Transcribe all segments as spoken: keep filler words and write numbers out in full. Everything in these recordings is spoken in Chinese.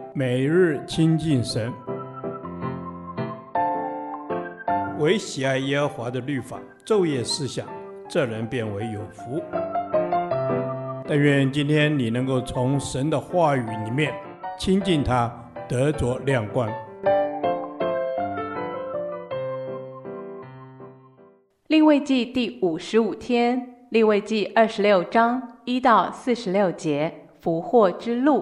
每日亲近神，唯喜爱耶和华的律法，昼夜思想，这人变为有福。但愿今天你能够从神的话语里面亲近他，得着亮光。 利未记第五十五天，利未记二十六章一到四十六节，福祸之路。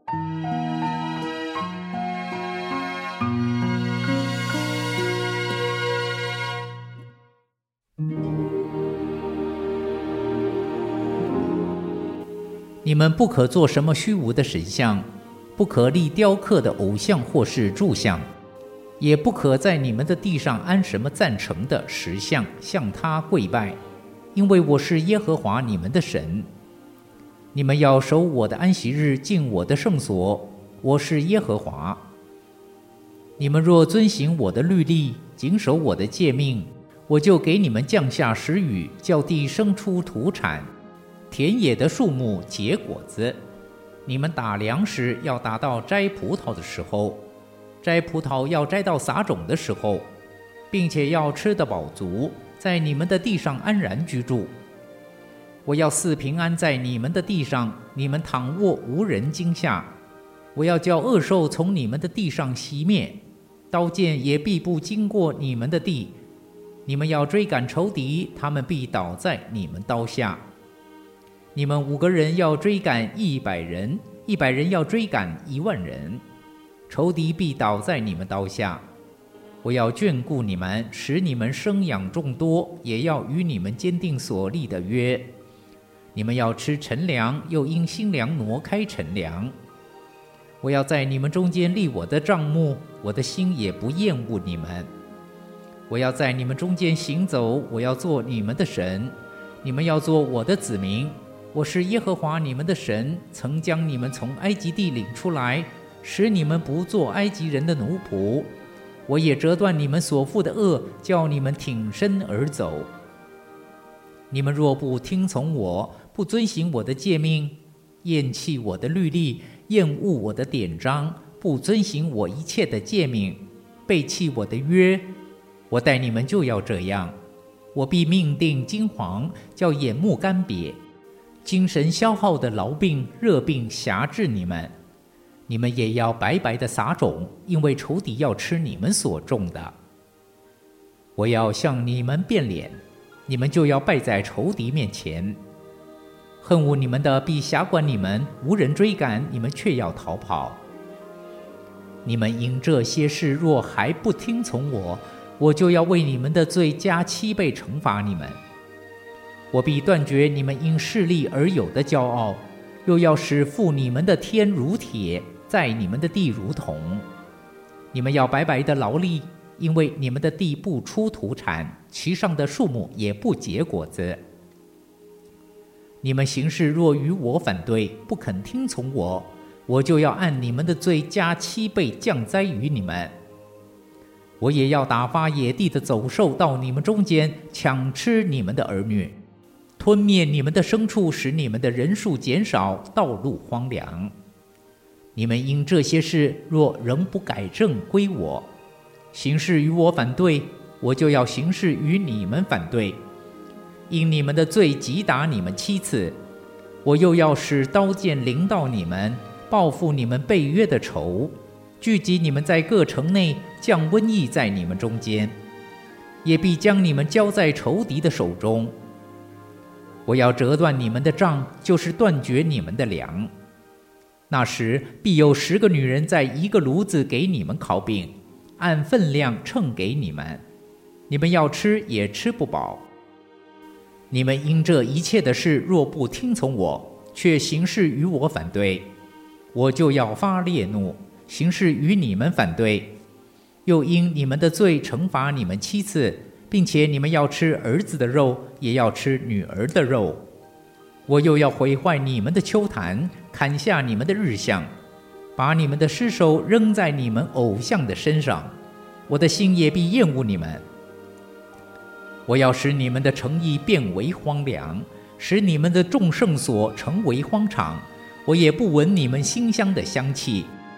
你们不可做什么虚无的神像，不可立雕刻的偶像或是柱像，也不可在你们的地上安什么赞成的石像，向他跪拜，因为我是耶和华你们的神。你们要守我的安息日，进我的圣所，我是耶和华。你们若遵行我的律例，谨守我的诫命，我就给你们降下时雨，叫地生出土产，田野的树木结果子。你们打粮食要打到摘葡萄的时候，摘葡萄要摘到撒种的时候，并且要吃得饱足，在你们的地上安然居住。我要赐平安在你们的地上，你们躺卧无人惊吓。我要叫恶兽从你们的地上熄灭，刀剑也必不经过你们的地。你们要追赶仇敌，他们必倒在你们刀下。你们五个人要追赶一百人，一百人要追赶一万人，仇敌必倒在你们刀下。我要眷顾你们，使你们生养众多，也要与你们坚定所立的约。你们要吃陈粮，又因新粮挪开陈粮。我要在你们中间立我的帐幕，我的心也不厌恶你们。我要在你们中间行走，我要做你们的神，你们要做我的子民。我是耶和华你们的神，曾将你们从埃及地领出来，使你们不做埃及人的奴仆。我也折断你们所负的恶，叫你们挺身而走。你们若不听从我，不遵行我的诫命，厌弃我的律例，厌恶我的典章，不遵行我一切的诫命，背弃我的约，我待你们就要这样。我必命定惊惶，叫眼目干瘪，精神消耗的痨病、热病辖制你们。你们也要白白的撒种，因为仇敌要吃你们所种的。我要向你们变脸，你们就要败在仇敌面前。恨恶你们的必辖管你们，无人追赶，你们却要逃跑。你们因这些事若还不听从我，我就要为你们的罪加七倍惩罚你们。我必断绝你们因势力而有的骄傲，又要使覆你们的天如铁，在你们的地如铜。你们要白白的劳力，因为你们的地不出土产，其上的树木也不结果子。你们行事若与我反对，不肯听从我，我就要按你们的罪加七倍降灾于你们。我也要打发野地的走兽到你们中间，抢吃你们的儿女，吞灭你们的牲畜，使你们的人数减少，道路荒凉。你们因这些事若仍不改正归我，行事与我反对，我就要行事与你们反对。因你们的罪击打你们七次，我又要使刀剑临到你们，报复你们背约的仇，聚集你们在各城内，降瘟疫在你们中间，也必将你们交在仇敌的手中。我要折断你们的杖，就是断绝你们的粮。那时必有十个女人在一个炉子给你们烤饼，按分量称给你们，你们要吃也吃不饱。你们因这一切的事若不听从我，却行事与我反对，我就要发烈怒，行事与你们反对，又因你们的罪惩罚你们七次，并且你们要吃儿子的肉，也要吃女儿的肉。我又要毁坏你们的丘坛，砍下你们的日像，把你们的尸首扔在你们偶像的身上，我的心也必厌恶你们。我要使你们的城邑变为荒凉，使你们的众圣所成为荒场，我也不闻你们馨香的香气。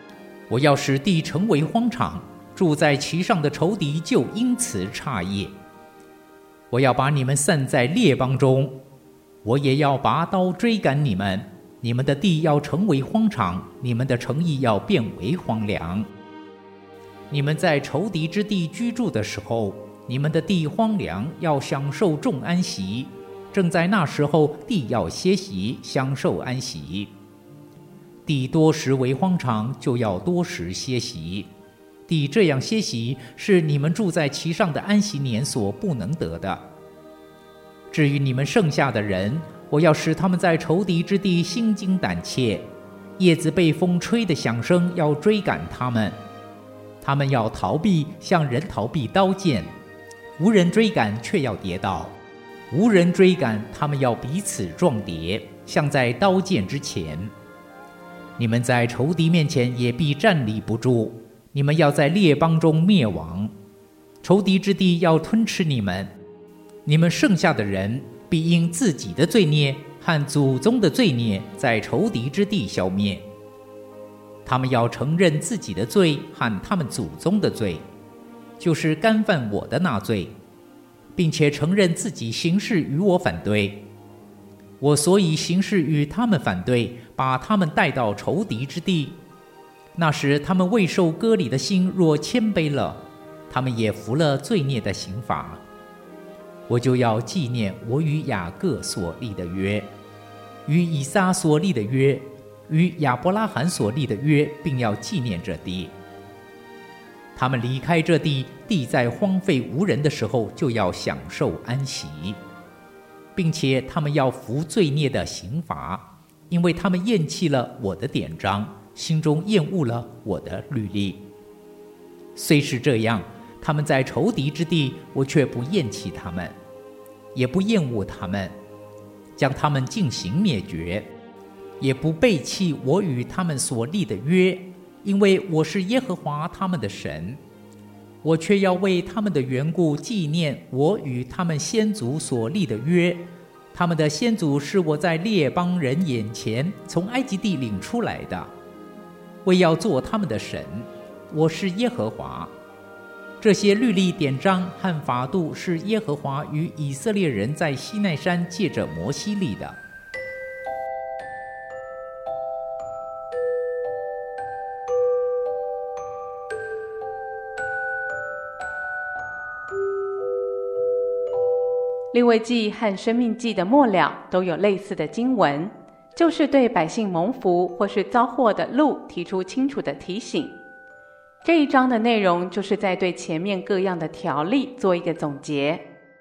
我要使地成为荒场，住在其上的仇敌就因此诧异。我要把你们散在列邦中，我也要拔刀追赶你们，你们的地要成为荒场，你们的城邑要变为荒凉。你们在仇敌之地居住的时候，你们的地荒凉，要享受众安息。正在那时候，地要歇息，享受安息。地多时为荒场，就要多时歇息。地这样歇息，是你们住在其上的安息年所不能得的。至于你们剩下的人，我要使他们在仇敌之地心惊胆怯，叶子被风吹的响声要追赶他们，他们要逃避，像人逃避刀剑，无人追赶却要跌倒，无人追赶，他们要彼此撞跌，像在刀剑之前。你们在仇敌面前也必站立不住，你们要在列邦中灭亡，仇敌之地要吞吃你们。你们剩下的人必因自己的罪孽和祖宗的罪孽在仇敌之地消灭。他们要承认自己的罪和他们祖宗的罪，就是干犯我的那罪，并且承认自己行事与我反对。我所以行事与他们反对，把他们带到仇敌之地。那时他们未受割礼的心若谦卑了，他们也服了罪孽的刑罚。我就要纪念我与雅各所立的约，与以撒所立的约，与亚伯拉罕所立的约，并要纪念这地。他们离开这地，地在荒废无人的时候，就要享受安息，并且他们要服罪孽的刑罚，因为他们厌弃了我的典章，心中厌恶了我的律例。虽是这样，他们在仇敌之地，我却不厌弃他们，也不厌恶他们，将他们进行灭绝，也不背弃我与他们所立的约，因为我是耶和华他们的神。我却要为他们的缘故纪念我与他们先祖所立的约。他们的先祖是我在列邦人眼前从埃及地领出来的，为要做他们的神。我是耶和华。这些律例典章和法度是耶和华与以色列人在西奈山借着摩西立的。 利未记和申命记的末了都有类似的经文，就是对百姓蒙福或是遭祸的路提出清楚的提醒。这一章的内容就是在对前面各样的条例做一个总结。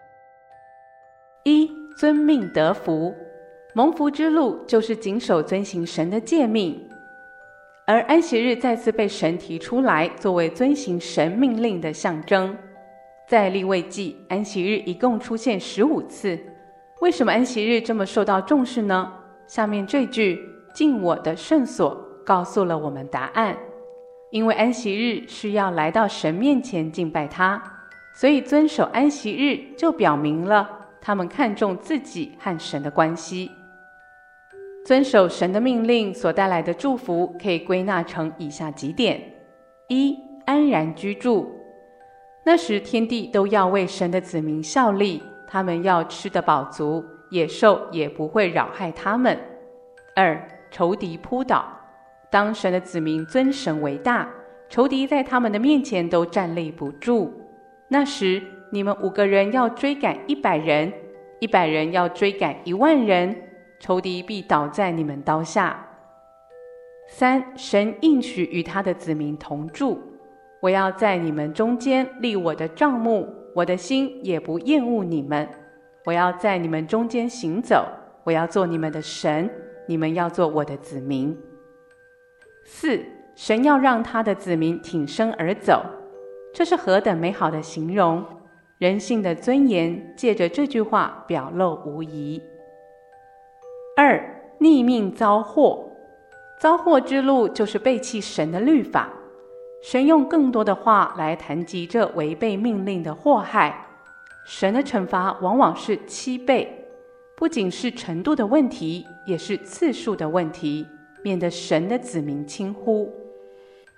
一、遵命得福。蒙福之路就是谨守遵行神的诫命，而安息日再次被神提出来作为遵行神命令的象征。在利未记，安息日一共出现十五次。为什么安息日这么受到重视呢？下面这句进我的圣所告诉了我们答案。因为安息日是要来到神面前敬拜他，所以遵守安息日就表明了他们看重自己和神的关系。遵守神的命令所带来的祝福可以归纳成以下几点：一、安然居住。那时天地都要为神的子民效力，他们要吃得饱足，野兽也不会扰害他们。二、仇敌扑倒。当神的子民尊神为大，仇敌在他们的面前都站立不住。那时你们五个人要追赶一百人，一百人要追赶一万人，仇敌必倒在你们刀下。三、神应许与他的子民同住。我要在你们中间立我的帐幕，我的心也不厌恶你们。我要在你们中间行走，我要做你们的神，你们要做我的子民。四、神要让他的子民挺身而走，这是何等美好的形容！人性的尊严借着这句话表露无遗。二、逆命遭祸。遭祸之路就是背弃神的律法。神用更多的话来谈及这违背命令的祸害。神的惩罚往往是七倍，不仅是程度的问题，也是次数的问题，免得神的子民轻忽。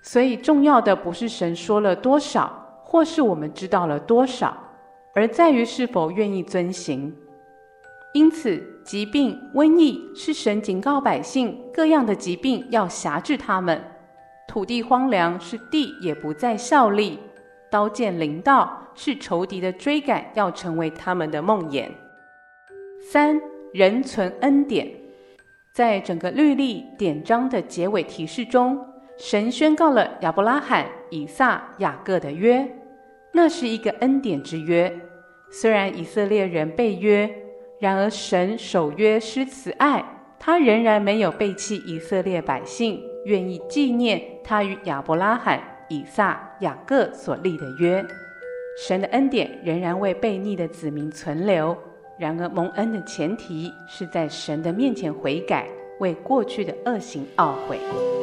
所以重要的不是神说了多少，或是我们知道了多少，而在于是否愿意遵行。因此疾病、瘟疫是神警告百姓，各样的疾病要辖制他们；土地荒凉是地也不再效力；刀剑临到是仇敌的追赶要成为他们的梦魇。三、人存恩典。在整个律例典章的结尾提示中，神宣告了亚伯拉罕、以撒、雅各的约，那是一个恩典之约。虽然以色列人被约，然而神守约施慈爱，他仍然没有背弃以色列百姓，愿意纪念他与亚伯拉罕、以撒、雅各所立的约。神的恩典仍然为悖逆的子民存留，然而蒙恩的前提是在神的面前悔改，为过去的恶行懊悔。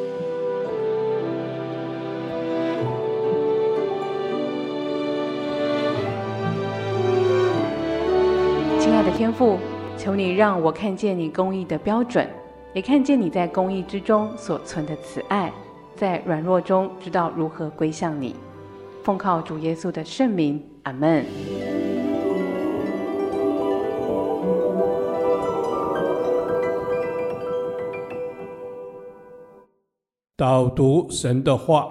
亲爱的天父，求你让我看见你公义的标准，也看见你在公义之中所存的慈爱，在软弱中知道如何归向你。奉靠主耶稣的圣名，阿们。 导读神的话。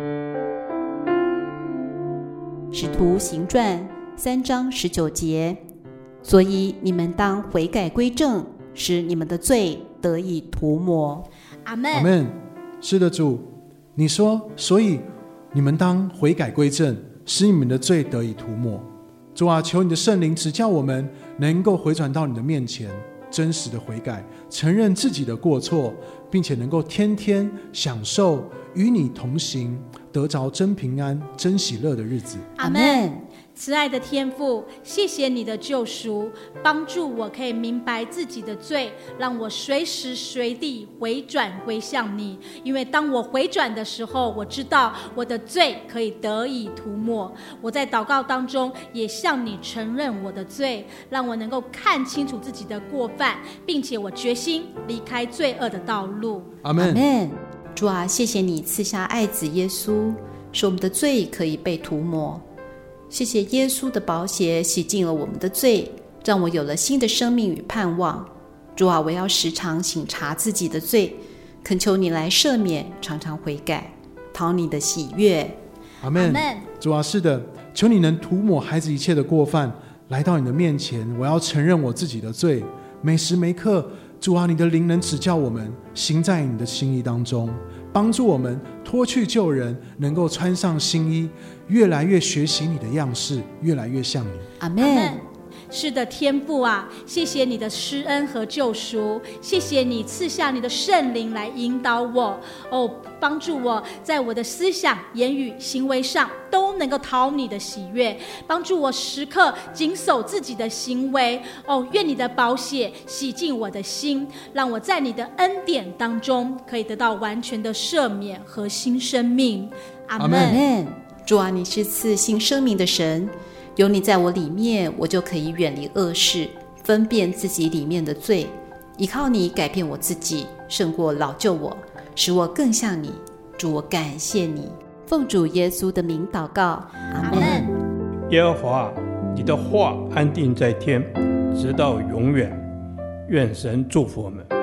使徒行传三章十九节，所以你们当悔改归正，使你们的罪得以涂抹。 阿们。 阿们。是的，主，你说，所以你们当悔改归正，使你们的罪得以涂抹。主啊，求你的圣灵指教我们，能够回转到你的面前，真实的悔改，承认自己的过错，并且能够天天享受与你同行，得着真平安、真喜乐的日子。 阿们。慈爱的天父，谢谢你的救赎，帮助我可以明白自己的罪，让我随时随地回转归向你。因为当我回转的时候，我知道我的罪可以得以涂抹。我在祷告当中也向你承认我的罪，让我能够看清楚自己的过犯，并且我决心离开罪恶的道路。 阿们。 阿们。主啊，谢谢你赐下爱子耶稣，使我们的罪可以被涂抹。谢谢耶稣的宝血洗净了我们的罪，让我有了新的生命与盼望。主啊，我要时常省察自己的罪，恳求你来赦免，常常悔改，讨你的喜悦。 阿们。主啊，是的，求你能涂抹孩子一切的过犯，来到你的面前，我要承认我自己的罪，每时每刻，主啊，你的灵能指教我们行在你的心意当中，帮助我们脱去旧人，能够穿上新衣，越来越学习你的样式，越来越像你。 阿们。 是的，天父啊，谢谢你的施恩和救赎，谢谢你赐下你的圣灵来引导我，哦，帮助我在我的思想、言语、行为上都能够讨你的喜悦，帮助我时刻谨守自己的行为。哦，愿你的宝血洗净我的心，让我在你的恩典当中可以得到完全的赦免和新生命。阿们。 阿们。主啊，你是赐新生命的神，有你在我里面，我就可以远离恶事，分辨自己里面的罪，依靠你改变我自己，胜过老救我，使我更像你。主，我感谢你，奉主耶稣的名祷告，阿们。 耶和华，你的话安定在天，直到永远。愿神祝福我们。